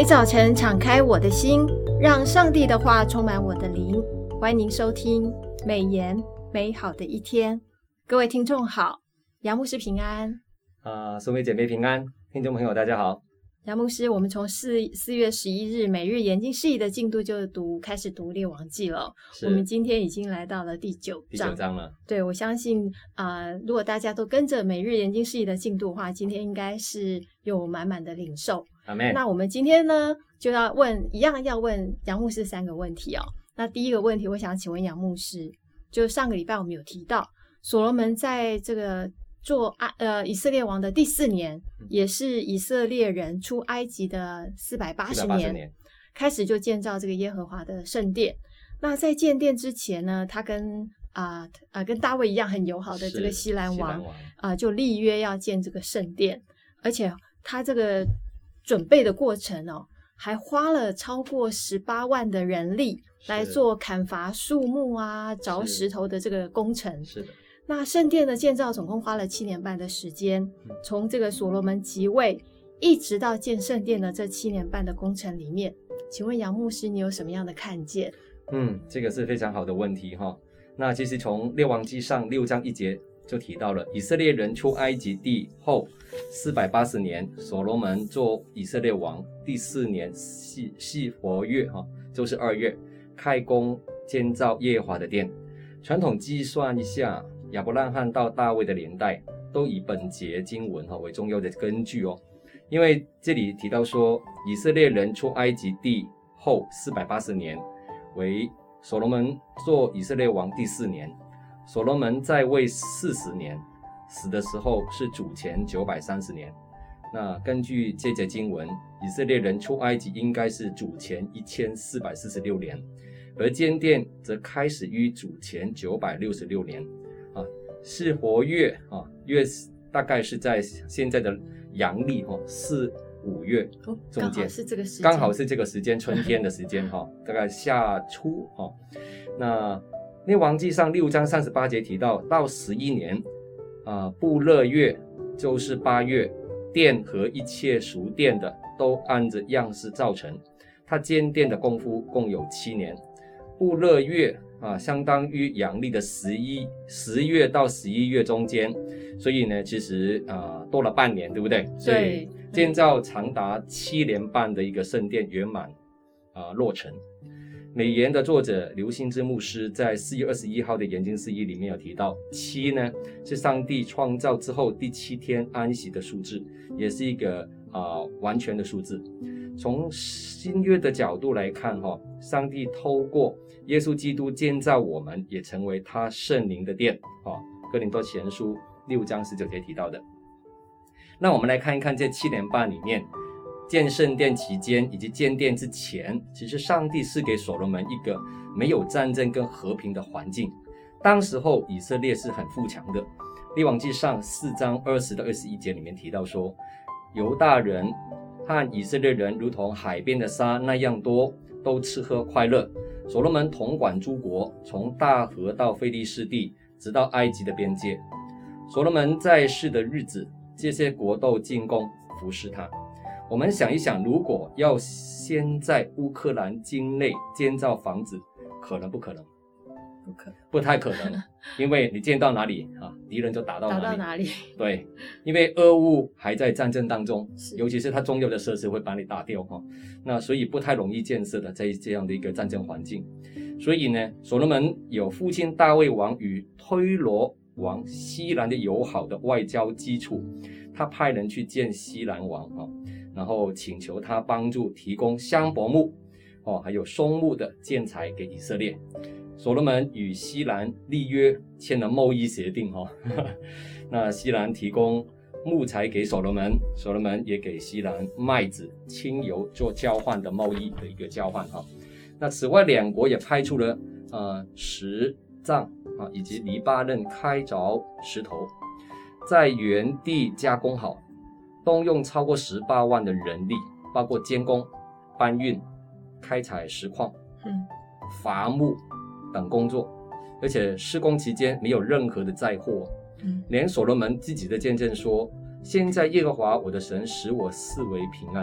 早晨敞开我的心，让上帝的话充满我的灵。欢迎您收听美言美好的一天。各位听众好，杨牧师平安。 兄妹姐妹平安，听众朋友大家好。 杨牧师，我们从4月11日每日研经释义的进度就开始读列王记了。我们今天已经来到了第9章了。对， 我相信如果大家都跟着每日研经释义的进度的话，今天应该是有满满的领受。 Amen。 那我们今天呢就要问杨牧师3个问题哦。那第一个问题，我想请问杨牧师，就上个礼拜我们有提到所罗门在这个做以色列王的第4年，也是以色列人出埃及的480年，开始就建造这个耶和华的圣殿。那在建殿之前呢，他跟大卫一样很友好的这个西兰王就立约要建这个圣殿，而且他这个准备的过程还花了超过18万的人力来做砍伐树木凿石头的这个工程。 是的。 那圣殿的建造总共花了7年半的时间，从这个所罗门即位一直到建圣殿的这7年半的工程里面，请问杨牧师你有什么样的看见？ 这个是非常好的问题哈。那其实从列王记上6章1节就提到了，以色列人出埃及地后480年，所罗门做以色列王第4年系活月就是2月，开工建造耶和华的殿。传统计算一下，亚伯拉罕到大卫的年代都以本节经文为重要的根据因为这里提到说，以色列人出埃及地后480年为所罗门做以色列王第4年，所罗门在位40年，死的时候是主前930年。那根据这节经文，以色列人出埃及应该是主前1446年，而建殿则开始于主前966年是活月月大概是在现在的阳历4、5月中间，刚好是这个时间，春天的时间大概夏初那列王记上6章38节提到11年布勒月就是8月，殿和一切属殿的都按着样式造成，他建殿的功夫共有7年。布勒月相当于阳历的10月到11月中间，所以呢其实多了半年，对不对？ 对。 所以建造长达7年半的一个圣殿圆满落成。美言的作者刘兴之牧师在4月21号的研经释义里面有提到，7呢是上帝创造之后第7天安息的数字，也是一个完全的数字。从新约的角度来看上帝透过耶稣基督建造我们，也成为他圣灵的殿哥林多前书6章19节提到的。那我们来看一看这7年半里面，建圣殿期间以及建殿之前，其实上帝是给所罗门一个没有战争跟和平的环境。当时候以色列是很富强的，列王记上4章20到21节里面提到说，犹大人和以色列人如同海边的沙那样多，都吃喝快乐。所罗门统管诸国，从大河到非利士地，直到埃及的边界。所罗门在世的日子，这些国都进贡服侍他。我们想一想，如果要先在乌克兰境内建造房子，可能不可能？不太可能，因为你建到哪里敌人就打到哪里。对，因为俄乌还在战争当中，尤其是它重要的设施会把你打掉那所以不太容易建设的在这样的一个战争环境。所以呢，所罗门有父亲大卫王与推罗王西兰的友好的外交基础，他派人去见西兰王然后请求他帮助提供香柏木还有松木的建材给以色列。所罗门与西兰立约，签了贸易协定那西兰提供木材给所罗门，所罗门也给西兰麦子、清油做交换的贸易的一个交换那此外两国也派出了石杖以及黎巴嫩开凿石头，在原地加工好，动用超过18万的人力，包括监工、搬运、开采石矿、伐木等工作，而且施工期间没有任何的灾祸连所罗门自己的见证说，现在耶和华我的神使我四围平安，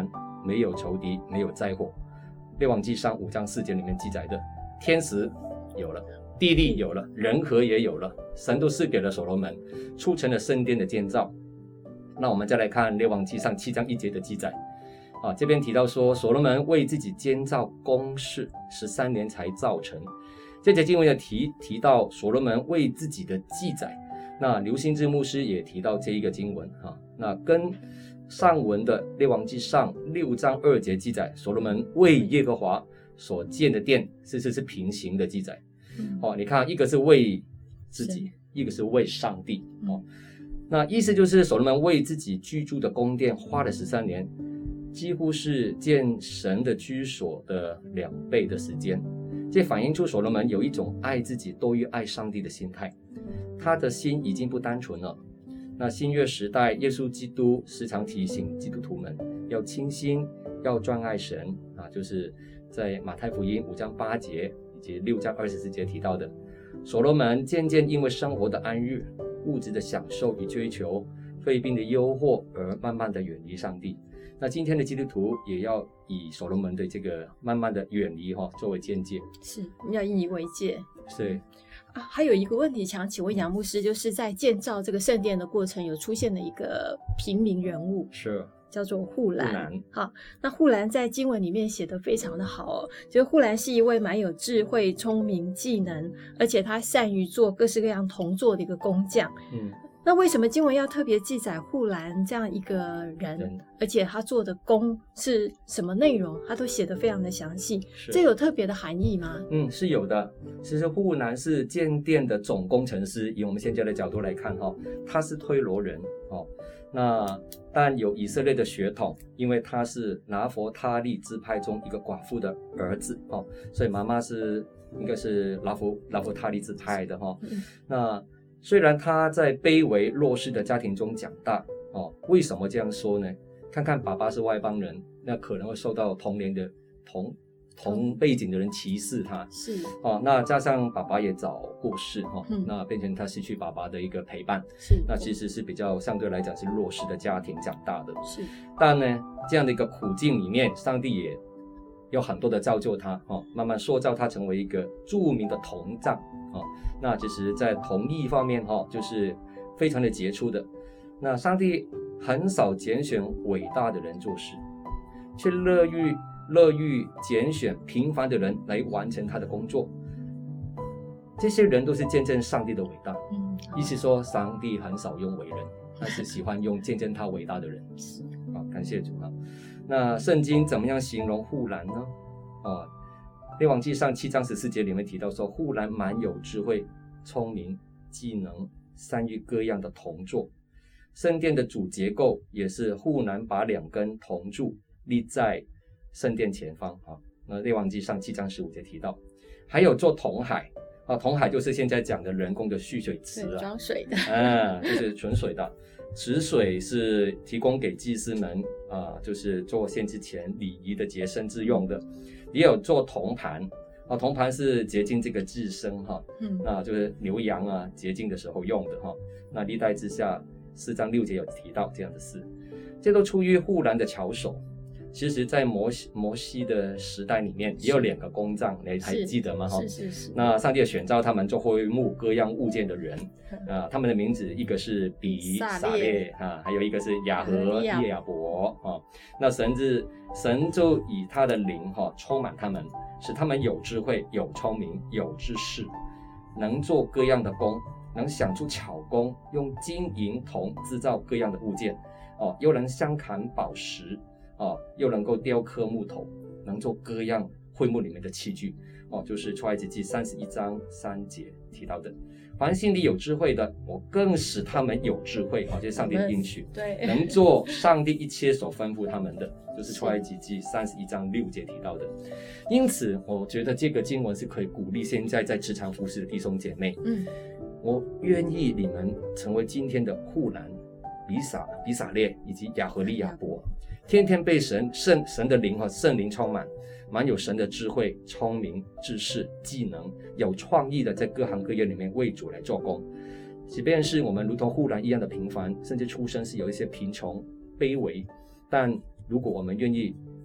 没有仇敌，没有灾祸。列王纪上5章4节里面记载的，天时有了，地利有了，人和也有了，神都赐给了所罗门，促成了圣殿的建造。那我们再来看列王纪上7章1节的记载这边提到说，所罗门为自己建造宫室13年才造成。这节经文也提到所罗门为自己的记载。那刘兴志牧师也提到这一个经文那跟上文的列王纪上6章2节记载，所罗门为耶和华所建的殿是平行的记载。你看，一个是为自己，一个是为上帝那意思就是所罗门为自己居住的宫殿花了13年，几乎是建神的居所的2倍的时间。这反映出所罗门有一种爱自己多于爱上帝的心态，他的心已经不单纯了。那新约时代，耶稣基督时常提醒基督徒们要清心，要专爱神就是在马太福音5章8节以及6章24节提到的，所罗门渐渐因为生活的安逸、物质的享受与追求、肺病的诱惑而慢慢的远离上帝。那今天的基督徒也要以所罗门的这个慢慢的远离作为见解， 是要引以为戒。 是还有一个问题想请问杨牧师，就是在建造这个圣殿的过程有出现了一个平民人物， 是叫做户兰。好，那户兰在经文里面写得非常的好就是户兰是一位蛮有智慧、聪明、技能，而且他善于做各式各样铜做的一个工匠。那为什么经文要特别记载户兰这样一个人，而且他做的工是什么内容，他都写得非常的详细，这有特别的含义吗？ 是有的。其实户兰是建殿的总工程师，以我们现在的角度来看他是推罗人那但有以色列的血统，因为他是拿弗他利支派中一个寡妇的儿子所以妈妈应该是拿弗他利支派的那虽然他在卑微弱势的家庭中长大为什么这样说呢？看看爸爸是外邦人，那可能会受到同年的同背景的人歧视他， 是那加上爸爸也早过世那变成他失去爸爸的一个陪伴， 是那其实是比较相对来讲是弱势的家庭长大的。 是， 但呢这样的一个苦境里面，上帝也有很多的造就他慢慢塑造他成为一个著名的铜匠那其实在铜艺方面就是非常的杰出的。那上帝很少拣选伟大的人做事，却乐于拣选平凡的人来完成他的工作。这些人都是见证上帝的伟大意思说上帝很少用伟人，但是喜欢用见证他伟大的人感谢主那圣经怎么样形容户兰呢？列王纪上7章14节里面提到说，户兰蛮有智慧、聪明、技能，善于各样的铜作。圣殿的主结构也是户兰把2根铜柱立在圣殿前方那列王纪上7章15节提到，还有做铜海铜海就是现在讲的人工的蓄水池装水的就是纯水的。池水是提供给祭司们就是做献之前礼仪的洁身之用的。也有做铜盘铜盘是洁净这个自身那就是牛羊洁净的时候用的那历代之下4章6节有提到这样的事，这都出于户兰的巧手。其实在摩西的时代里面也有2个工匠，你还记得吗？ 是。 那上帝选召他们做会幕各样物件的人他们的名字一个是比撒列还有一个是亚和利亚伯那神就以他的灵充满他们，使他们有智慧、有聪明、有知识，能做各样的工，能想出巧工，用金银铜制造各样的物件又能镶嵌宝石又能够雕刻木头，能做各样会幕里面的器具就是出埃及记31章3节提到的。凡心里有智慧的，我更使他们有智慧这是上帝的应许， 对， 能做上帝一切所吩咐他们的，就是出埃及记31章6节提到的。因此我觉得这个经文是可以鼓励现在在职场服侍的弟兄姐妹我愿意你们成为今天的户兰、比撒列以及亚和利亚伯，天天被神的灵和圣灵充满，蛮有神的智慧、聪明、知识、技能，有创意的在各行各业里面为主来做工。即便是我们如同户兰一样的平凡，甚至出身是有一些贫穷卑微，但如果我们愿意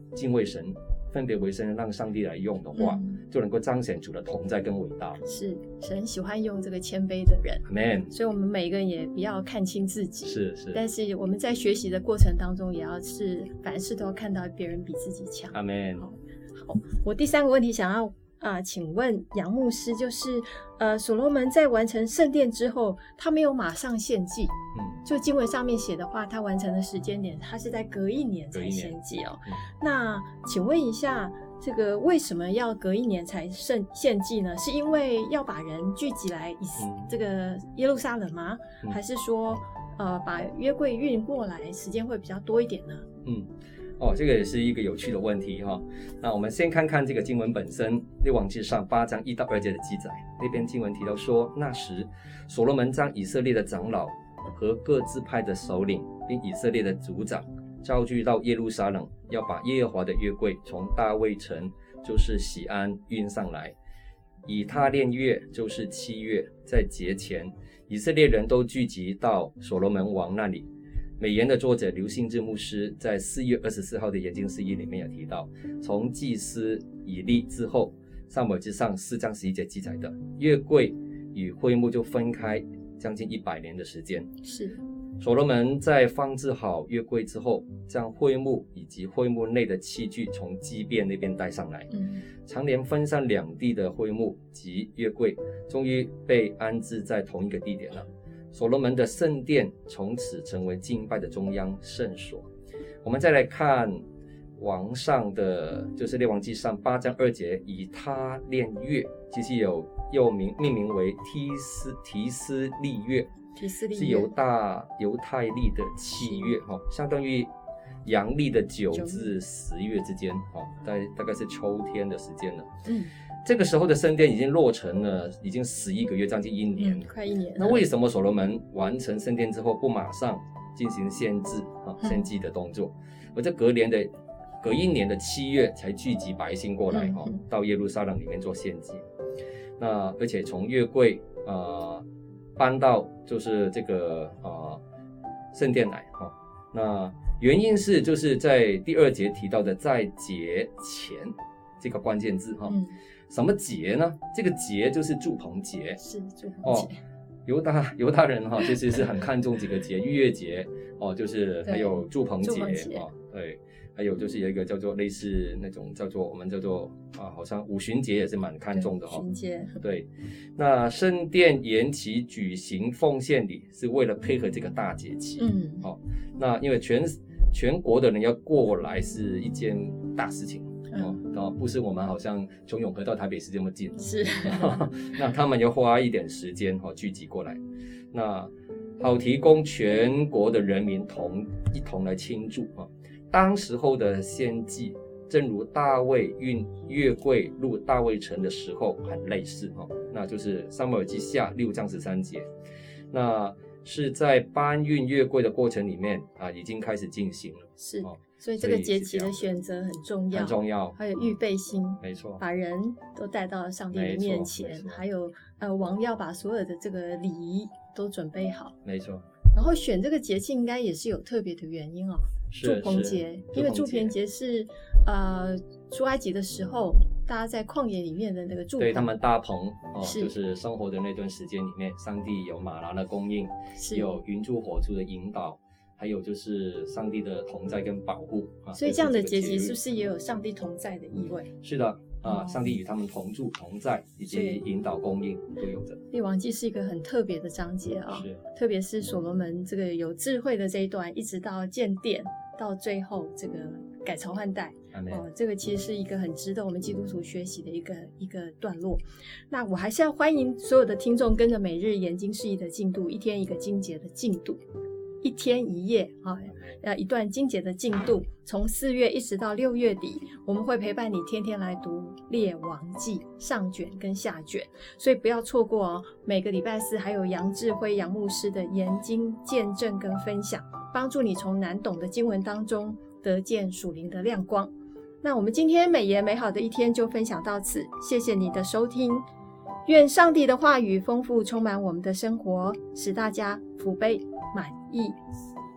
敬畏神，分别为圣，让上帝来用的话，就能够彰显主的同在跟伟大。 是，神喜欢用这个谦卑的人 Amen。 所以我们每一个人也不要看清自己， 是， 但是我们在学习的过程当中，也要是凡事都要看到别人比自己强。 Amen。 好，我第3个问题想要请问杨牧师，就是所罗门在完成圣殿之后，他没有马上献祭，就经文上面写的话，他完成的时间点，他是在隔1年才献祭哦。那请问一下，这个为什么要隔1年才献祭呢？是因为要把人聚集来这个耶路撒冷吗？还是说把约柜运过来时间会比较多一点呢？ 这个也是一个有趣的问题哈。那我们先看看这个经文本身，列王记上8章1到2节的记载。那边经文提到说，那时所罗门将以色列的长老和各支派的首领，并以色列的族长召聚到耶路撒冷，要把耶和华的约柜从大卫城，就是喜安运上来。以他炼月，就是7月，在节前，以色列人都聚集到所罗门王那里。美言的作者刘信志牧师在4月24号的研经释义里面有提到，从祭司以利之后，撒母耳记上4章11节记载的约柜与会幕就分开将近100年的时间。 是， 所罗门在放置好约柜之后，将会幕以及会幕内的器具从基遍那边带上来。常年分散2地的会幕及约柜，终于被安置在同一个地点了。所罗门的圣殿从此成为敬拜的中央圣所。我们再来看王上的，就是列王记上8章2节，以他炼月，其实又命名为提斯利月，是犹太历的7月，相当于阳历的9至10月之间，大概是秋天的时间了。这个时候的圣殿已经落成了，已经11个月，将近1年， 快1年了。 那为什么所罗门完成圣殿之后不马上进行献祭的动作，而这隔1年的7月才聚集百姓过来，到耶路撒冷里面做献祭？那而且从约柜搬到就是这个圣殿来，那原因是就是在第2节提到的在节前这个关键字什么节呢？这个节就是住棚节， 是住棚节。 犹大人其实是很看重几个节，逾越节就是还有住棚节对，还有就是有一个叫做类似那种我们叫做好像五旬节也是蛮看重的旬节。 对，那圣殿延期举行奉献礼是为了配合这个大节期。那因为全国的人要过来是一件大事情。不是我们好像从永和到台北市这么近， 是那他们要花一点时间聚集过来，那好提供全国的人民一同来庆祝当时候的献祭，正如大卫运约柜入大卫城的时候很类似那就是撒母耳记下6章13节，那是在搬运约柜的过程里面已经开始进行了。 是所以这个节期的选择很重要， 很重要， 还有预备心， 没错， 把人都带到上帝的面前，还有王要把所有的这个礼仪都准备好， 没错。 然后选这个节庆应该也是有特别的原因住棚节，因为住棚节是出埃及的时候，大家在旷野里面的那个住棚， 对他们搭棚就是生活的那段时间里面，上帝有玛拿的供应，有云柱火柱的引导，还有就是上帝的同在跟保护所以这样的节期是不是也有上帝同在的意味？ 是的上帝与他们同住同在，以及引导供应都有的。 列王记是一个很特别的章节特别是所罗门这个有智慧的这一段，一直到建殿，到最后这个改朝换代这个其实是一个很值得我们基督徒学习的一个段落。那我还是要欢迎所有的听众跟着每日研经释义的进度，一天一个经节的进度，1天1夜一段经节的进度，从4月一直到6月底，我们会陪伴你天天来读列王记上卷跟下卷，所以不要错过每个礼拜4还有杨志辉杨牧师的研经见证跟分享，帮助你从难懂的经文当中得见属灵的亮光。那我们今天美言美好的一天就分享到此，谢谢你的收听。愿上帝的话语丰富充满我们的生活，使大家福杯满溢。